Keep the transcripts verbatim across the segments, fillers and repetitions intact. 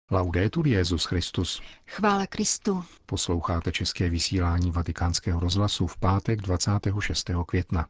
Laudetur Jesus Christus. Chvála Kristu. Posloucháte české vysílání Vatikánského rozhlasu v pátek dvacátého šestého května.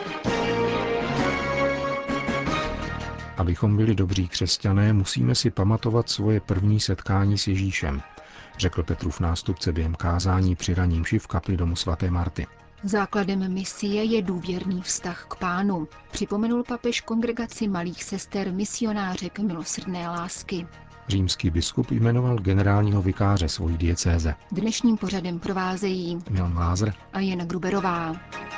Abychom byli dobří křesťané, musíme si pamatovat svoje první setkání s Ježíšem, řekl Petrův nástupce během kázání při raní mši v kapli domu svaté Marty. Základem misie je důvěrný vztah k Pánu, připomenul papež kongregaci malých sester misionářek milosrdné lásky. Římský biskup jmenoval generálního vikáře svojí diecéze. Dnešním pořadem provázejí Milan Lázr a Jana Gruberová.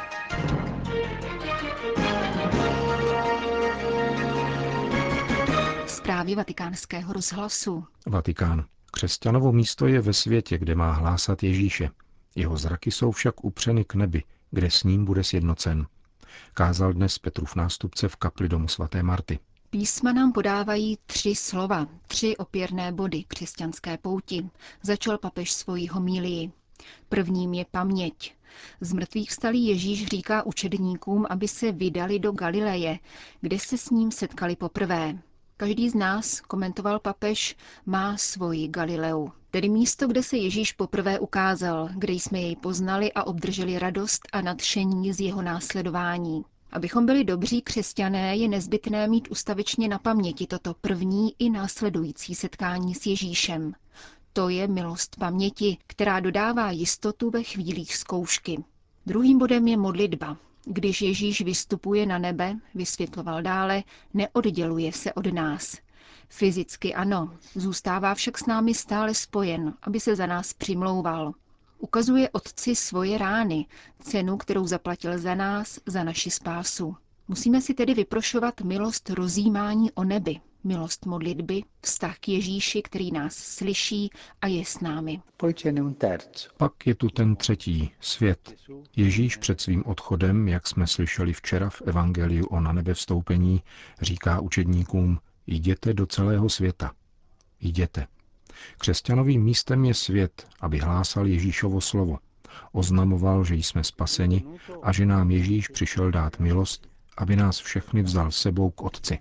Zprávy Vatikánského rozhlasu. Vatikán. Křesťanovo místo je ve světě, kde má hlásat Ježíše. Jeho zraky jsou však upřeny k nebi, kde s ním bude sjednocen. Kázal dnes Petrův nástupce v kapli domu svaté Marty. Písma nám podávají tři slova, tři opěrné body křesťanské pouti, začal papež svoji homílii. Prvním je paměť. Z mrtvých vstalý Ježíš říká učedníkům, aby se vydali do Galileje, kde se s ním setkali poprvé. Každý z nás, komentoval papež, má svoji Galileu, tedy místo, kde se Ježíš poprvé ukázal, kde jsme jej poznali a obdrželi radost a nadšení z jeho následování. Abychom byli dobří křesťané, je nezbytné mít ustavičně na paměti toto první i následující setkání s Ježíšem. To je milost paměti, která dodává jistotu ve chvílích zkoušky. Druhým bodem je modlitba. Když Ježíš vystupuje na nebe, vysvětloval dále, neodděluje se od nás. Fyzicky ano, zůstává však s námi stále spojen, aby se za nás přimlouval. Ukazuje Otci svoje rány, cenu, kterou zaplatil za nás, za naši spásu. Musíme si tedy vyprošovat milost rozjímání o nebi, milost modlitby, vztah k Ježíši, který nás slyší a je s námi. Pak je tu ten třetí, svět. Ježíš před svým odchodem, jak jsme slyšeli včera v evangeliu o nanebevstoupení, říká učedníkům, jděte do celého světa. Jděte. Křesťanovým místem je svět, aby hlásal Ježíšovo slovo. Oznamoval, že jsme spaseni a že nám Ježíš přišel dát milost, aby nás všechny vzal sebou k Otci.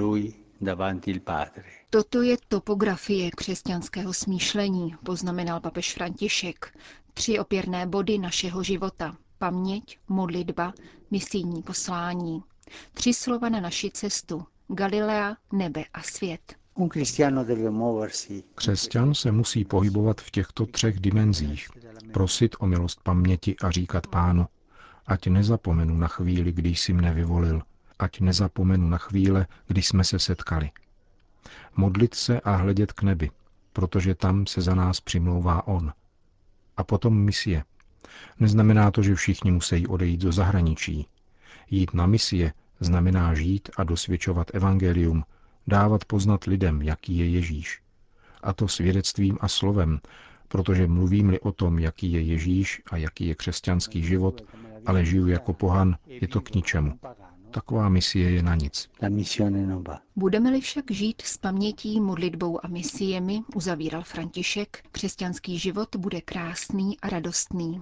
Toto je topografie křesťanského smýšlení, poznamenal papež František. Tři opěrné body našeho života. Paměť, modlitba, misijní poslání. Tři slova na naši cestu. Galilea, nebe a svět. Křesťan se musí pohybovat v těchto třech dimenzích. Prosit o milost paměti a říkat Pánu, ať nezapomenu na chvíli, kdy jsi mne vyvolil, ať nezapomenu na chvíle, kdy jsme se setkali. Modlit se a hledět k nebi, protože tam se za nás přimlouvá On. A potom misie. Neznamená to, že všichni musí odejít do zahraničí. Jít na misie znamená žít a dosvědčovat evangelium, dávat poznat lidem, jaký je Ježíš. A to svědectvím a slovem, protože mluvím-li o tom, jaký je Ježíš a jaký je křesťanský život, ale žiju jako pohan, je to k ničemu. Taková misie je na nic. Budeme-li však žít s pamětí, modlitbou a misiemi, uzavíral František, křesťanský život bude krásný a radostný.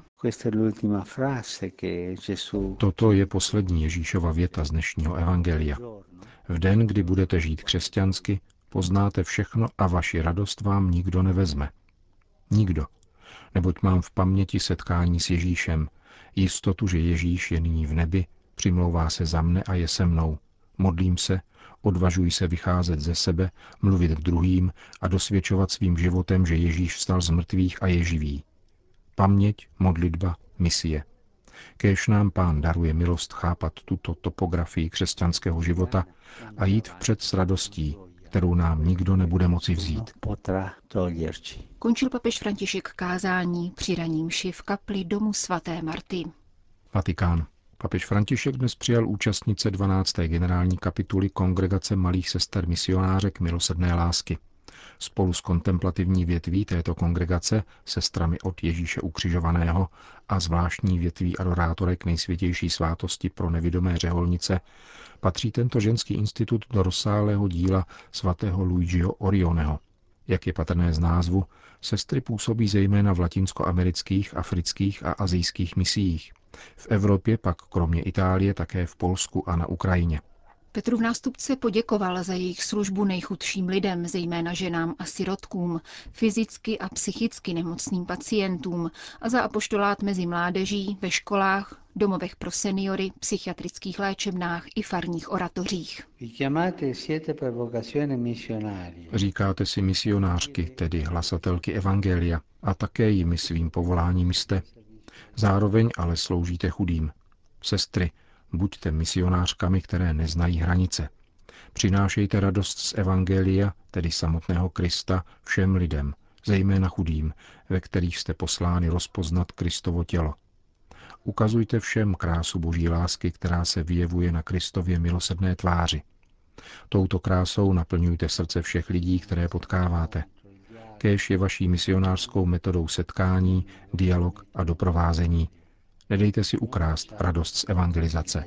Toto je poslední Ježíšova věta z dnešního evangelia. V den, kdy budete žít křesťansky, poznáte všechno a vaši radost vám nikdo nevezme. Nikdo. Neboť mám v paměti setkání s Ježíšem, jistotu, že Ježíš je nyní v nebi, přimlouvá se za mne a je se mnou. Modlím se, odvažuji se vycházet ze sebe, mluvit k druhým a dosvědčovat svým životem, že Ježíš vstal z mrtvých a je živý. Paměť, modlitba, misie. Kéž nám Pán daruje milost chápat tuto topografii křesťanského života a jít vpřed s radostí, kterou nám nikdo nebude moci vzít. Končil papež František kázání při raní mši v kapli domu svaté Marty. Vatikán. Papež František dnes přijal účastnice dvanácté generální kapituly Kongregace malých sester misionářek milosrdné lásky. Spolu s kontemplativní větví této kongregace, sestrami od Ježíše ukřižovaného a zvláštní větví adorátorek nejsvětější svátosti pro nevidomé řeholnice, patří tento ženský institut do rozsáhlého díla svatého Luigiho Orioneho. Jak je patrné z názvu, sestry působí zejména v latinskoamerických, afrických a asijských misiích. V Evropě pak kromě Itálie také v Polsku a na Ukrajině. Petrův nástupce poděkoval za jejich službu nejchudším lidem, zejména ženám a sirotkům, fyzicky a psychicky nemocným pacientům a za apoštolát mezi mládeží, ve školách, domovech pro seniory, psychiatrických léčebnách i farních oratořích. Říkáte si misionářky, tedy hlasatelky evangelia, a také jimi svým povoláním jste. Zároveň ale sloužíte chudým. Sestry, buďte misionářkami, které neznají hranice. Přinášejte radost z evangelia, tedy samotného Krista, všem lidem, zejména chudým, ve kterých jste poslány rozpoznat Kristovo tělo. Ukazujte všem krásu boží lásky, která se vyjevuje na Kristově milosrdné tváři. Touto krásou naplňujte srdce všech lidí, které potkáváte. Kéž je vaší misionářskou metodou setkání, dialog a doprovázení. Nedejte si ukrást radost z evangelizace.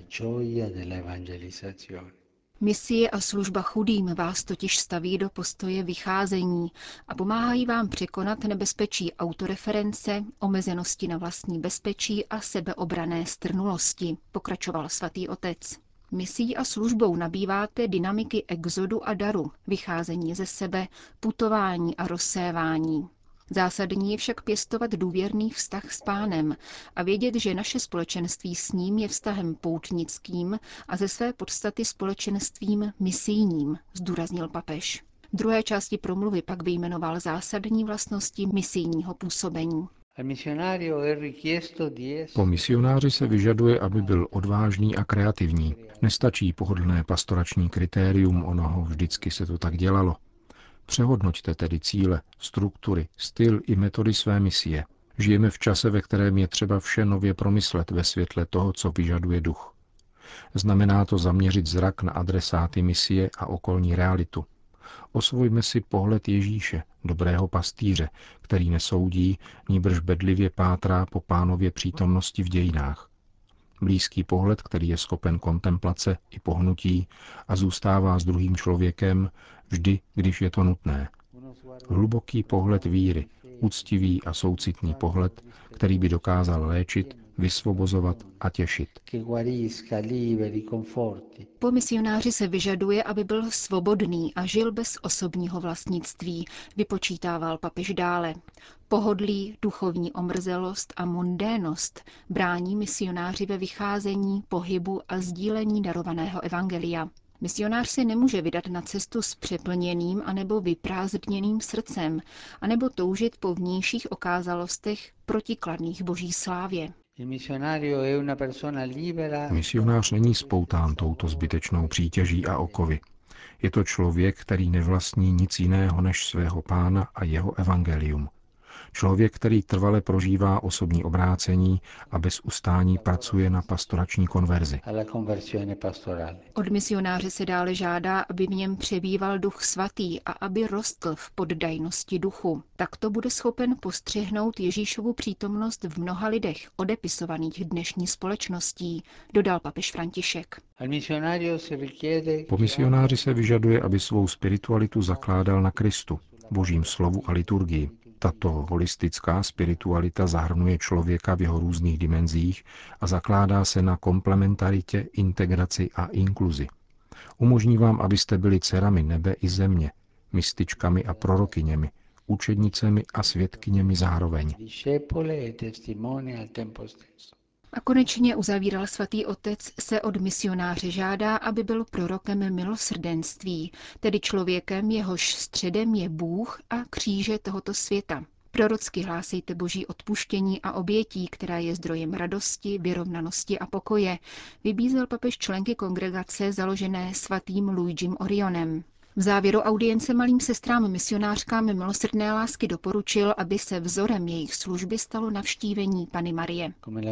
Misie a služba chudým vás totiž staví do postoje vycházení a pomáhají vám překonat nebezpečí autoreference, omezenosti na vlastní bezpečí a sebeobrané strnulosti, pokračoval svatý otec. Misí a službou nabýváte dynamiky exodu a daru, vycházení ze sebe, putování a rozsévání. Zásadní je však pěstovat důvěrný vztah s Pánem a vědět, že naše společenství s ním je vztahem poutnickým a ze své podstaty společenstvím misijním, zdůraznil papež. V druhé části promluvy pak vyjmenoval zásadní vlastnosti misijního působení. Po misionáři se vyžaduje, aby byl odvážný a kreativní. Nestačí pohodlné pastorační kritérium, onoho vždycky se to tak dělalo. Přehodnoťte tedy cíle, struktury, styl i metody své misie. Žijeme v čase, ve kterém je třeba vše nově promyslet ve světle toho, co vyžaduje duch. Znamená to zaměřit zrak na adresáty misie a okolní realitu. Osvojme si pohled Ježíše, dobrého pastýře, který nesoudí, nýbrž bedlivě pátrá po Pánově přítomnosti v dějinách. Blízký pohled, který je schopen kontemplace i pohnutí a zůstává s druhým člověkem vždy, když je to nutné. Hluboký pohled víry, úctivý a soucitný pohled, který by dokázal léčit, vysvobozovat a těšit. Po misionáři se vyžaduje, aby byl svobodný a žil bez osobního vlastnictví, vypočítával papež dále. Pohodlí, duchovní omrzelost a mundénost brání misionáři ve vycházení, pohybu a sdílení darovaného evangelia. Misionář se nemůže vydat na cestu s přeplněným anebo vyprázdněným srdcem, anebo toužit po vnějších okázalostech protikladných boží slávě. Misionář není spoután touto zbytečnou přítěží a okovy. Je to člověk, který nevlastní nic jiného než svého Pána a jeho evangelium. Člověk, který trvale prožívá osobní obrácení a bez ustání pracuje na pastorační konverzi. Od misionáře se dále žádá, aby v něm přebýval Duch Svatý a aby rostl v poddajnosti duchu. Takto bude schopen postřehnout Ježíšovu přítomnost v mnoha lidech odepisovaných dnešní společností, dodal papež František. Po misionáři se vyžaduje, aby svou spiritualitu zakládal na Kristu, božím slovu a liturgii. Tato holistická spiritualita zahrnuje člověka v jeho různých dimenzích a zakládá se na komplementaritě, integraci a inkluzi. Umožní vám, abyste byli dcerami nebe i země, mističkami a prorokyněmi, učednicemi a svědkyněmi zároveň. A konečně uzavíral svatý otec, se od misionáře žádá, aby byl prorokem milosrdenství, tedy člověkem, jehož středem je Bůh a kříže tohoto světa. Prorocky hlásejte boží odpuštění a obětí, která je zdrojem radosti, vyrovnanosti a pokoje, vybízel papež členky kongregace založené svatým Luigim Orionem. V závěru audience malým sestrám misionářkám milosrdné lásky doporučil, aby se vzorem jejich služby stalo navštívení Panny Marie.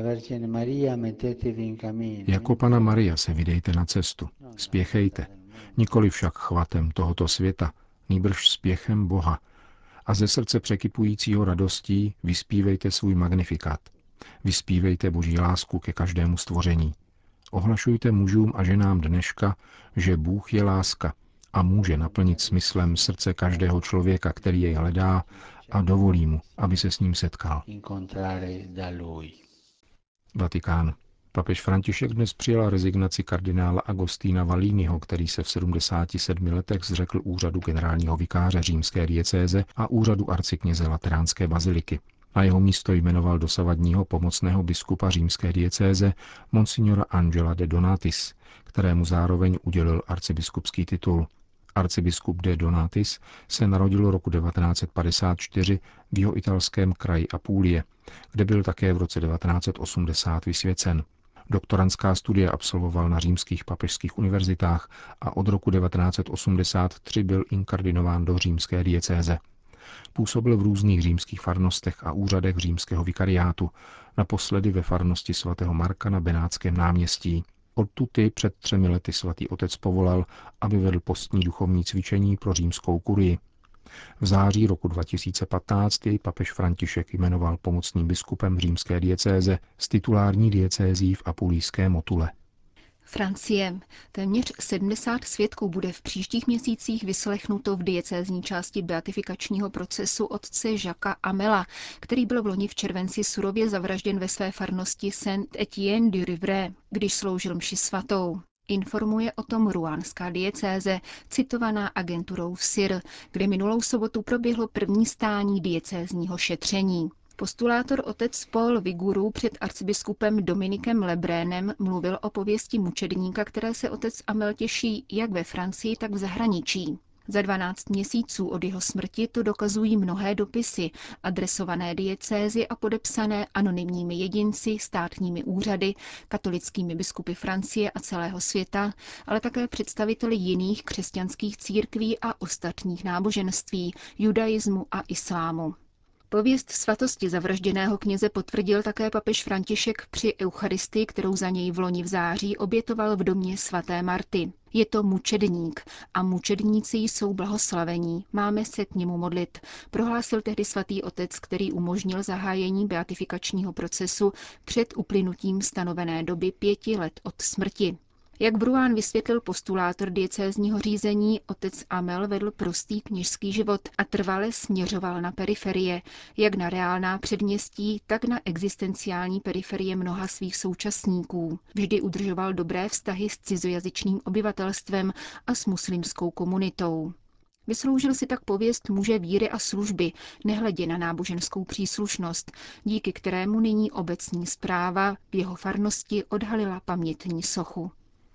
Jako Panna Maria se vydejte na cestu, spěchejte, nikoli však chvatem tohoto světa, nýbrž spěchem Boha, a ze srdce překypujícího radostí vyspívejte svůj magnifikát. Vyspívejte boží lásku ke každému stvoření. Ohlašujte mužům a ženám dneška, že Bůh je láska a může naplnit smyslem srdce každého člověka, který jej hledá, a dovolí mu, aby se s ním setkal. Vatikán. Papež František dnes přijal rezignaci kardinála Agostína Valínyho, který se v sedmdesáti sedmi letech zřekl úřadu generálního vikáře římské diecéze a úřadu arcikněze Lateránské baziliky. Na jeho místo jmenoval dosavadního pomocného biskupa římské diecéze monsignora Angela de Donatis, kterému zároveň udělil arcibiskupský titul. Arcibiskup de Donatis se narodil roku devatenáct set padesát čtyři v jihoitalském kraji Apulie, kde byl také v roce devatenáct set osmdesát vysvěcen. Doktorantská studia absolvoval na římských papežských univerzitách a od roku devatenáct set osmdesát tři byl inkardinován do římské diecéze. Působil v různých římských farnostech a úřadech římského vikariátu, naposledy ve farnosti svatého Marka na Benátském náměstí. Odtud ji před třemi lety svatý otec povolal, aby vedl postní duchovní cvičení pro římskou kurii. V září roku dva tisíce patnáct jej papež František jmenoval pomocným biskupem římské diecéze s titulární diecézí v apulijské Motule. Francie. Téměř sedmdesát svědků bude v příštích měsících vyslechnuto v diecézní části beatifikačního procesu otce Jacquesa Amela, který byl v loni v červenci surově zavražděn ve své farnosti Saint-Étienne-du-Rouvray, když sloužil mši svatou. Informuje o tom ruánská diecéze, citovaná agenturou S I R, kde minulou sobotu proběhlo první stání diecézního šetření. Postulátor otec Paul Viguru před arcibiskupem Dominikem Lebrénem mluvil o pověsti mučedníka, které se otec Amel těší jak ve Francii, tak v zahraničí. Za dvanáct měsíců od jeho smrti to dokazují mnohé dopisy, adresované diecézi a podepsané anonymními jedinci, státními úřady, katolickými biskupy Francie a celého světa, ale také představiteli jiných křesťanských církví a ostatních náboženství, judaismu a islámu. Pověst svatosti zavražděného kněze potvrdil také papež František při eucharistii, kterou za něj v loni v září obětoval v domě svaté Marty. Je to mučedník a mučedníci jsou blahoslavení, máme se k němu modlit, prohlásil tehdy svatý otec, který umožnil zahájení beatifikačního procesu před uplynutím stanovené doby pěti let od smrti. Jak Bruán vysvětlil postulátor diecézního řízení, otec Amel vedl prostý kněžský život a trvale směřoval na periferie, jak na reálná předměstí, tak na existenciální periferie mnoha svých současníků. Vždy udržoval dobré vztahy s cizojazyčným obyvatelstvem a s muslimskou komunitou. Vysloužil si tak pověst muže víry a služby, nehledě na náboženskou příslušnost, díky kterému nyní obecní správa v jeho farnosti odhalila pamětní sochu.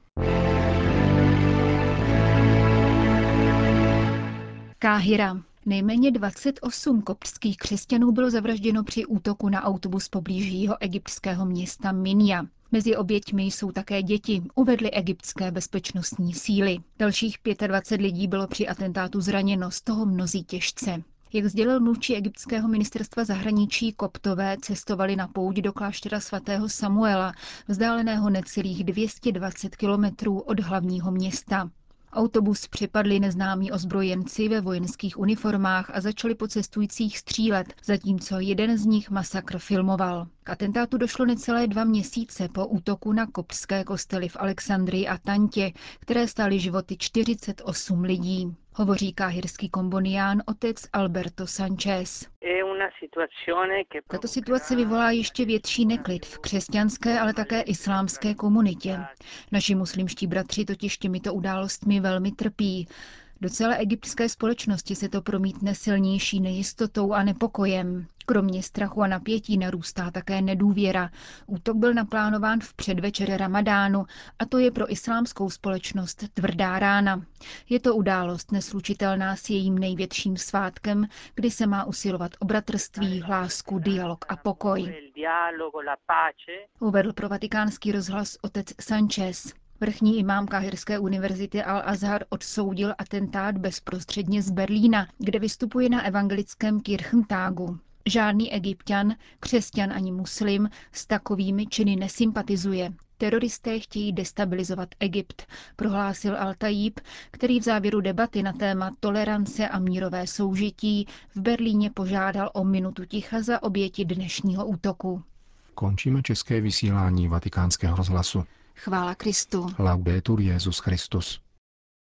Káhira. Nejméně dvacet osm koptských křesťanů bylo zavražděno při útoku na autobus poblíž jihoegyptského města Minya. Mezi oběťmi jsou také děti, uvedly egyptské bezpečnostní síly. Dalších dvacet pět lidí bylo při atentátu zraněno, z toho mnozí těžce. Jak sdělil mluvčí egyptského ministerstva zahraničí, Koptové cestovali na pouť do kláštera svatého Samuela, vzdáleného necelých dvě stě dvacet kilometrů od hlavního města. Autobus připadli neznámí ozbrojenci ve vojenských uniformách a začali po cestujících střílet, zatímco jeden z nich masakr filmoval. K atentátu došlo necelé dva měsíce po útoku na koptské kostely v Alexandrii a Tantě, které stály životy čtyřicet osm lidí. Hovoří káhirský kombonián otec Alberto Sanchez. Tato situace vyvolá ještě větší neklid v křesťanské, ale také islámské komunitě. Naši muslimští bratři totiž těmito událostmi velmi trpí. Do celé egyptské společnosti se to promítne silnější nejistotou a nepokojem. Kromě strachu a napětí narůstá také nedůvěra. Útok byl naplánován v předvečer Ramadánu a to je pro islámskou společnost tvrdá rána. Je to událost neslučitelná s jejím největším svátkem, kdy se má usilovat o bratrství, lásku, dialog a pokoj. Uvedl pro Vatikánský rozhlas otec Sanchez. Vrchní imám Káhirské univerzity Al-Azhar odsoudil atentát bezprostředně z Berlína, kde vystupuje na evangelickém Kirchentagu. Žádný Egypťan, křesťan ani muslim s takovými činy nesympatizuje. Teroristé chtějí destabilizovat Egypt, prohlásil Al-Tajib, který v závěru debaty na téma tolerance a mírové soužití v Berlíně požádal o minutu ticha za oběti dnešního útoku. Končíme české vysílání Vatikánského rozhlasu. Chvála Kristu. Laudetur Jesus Christus.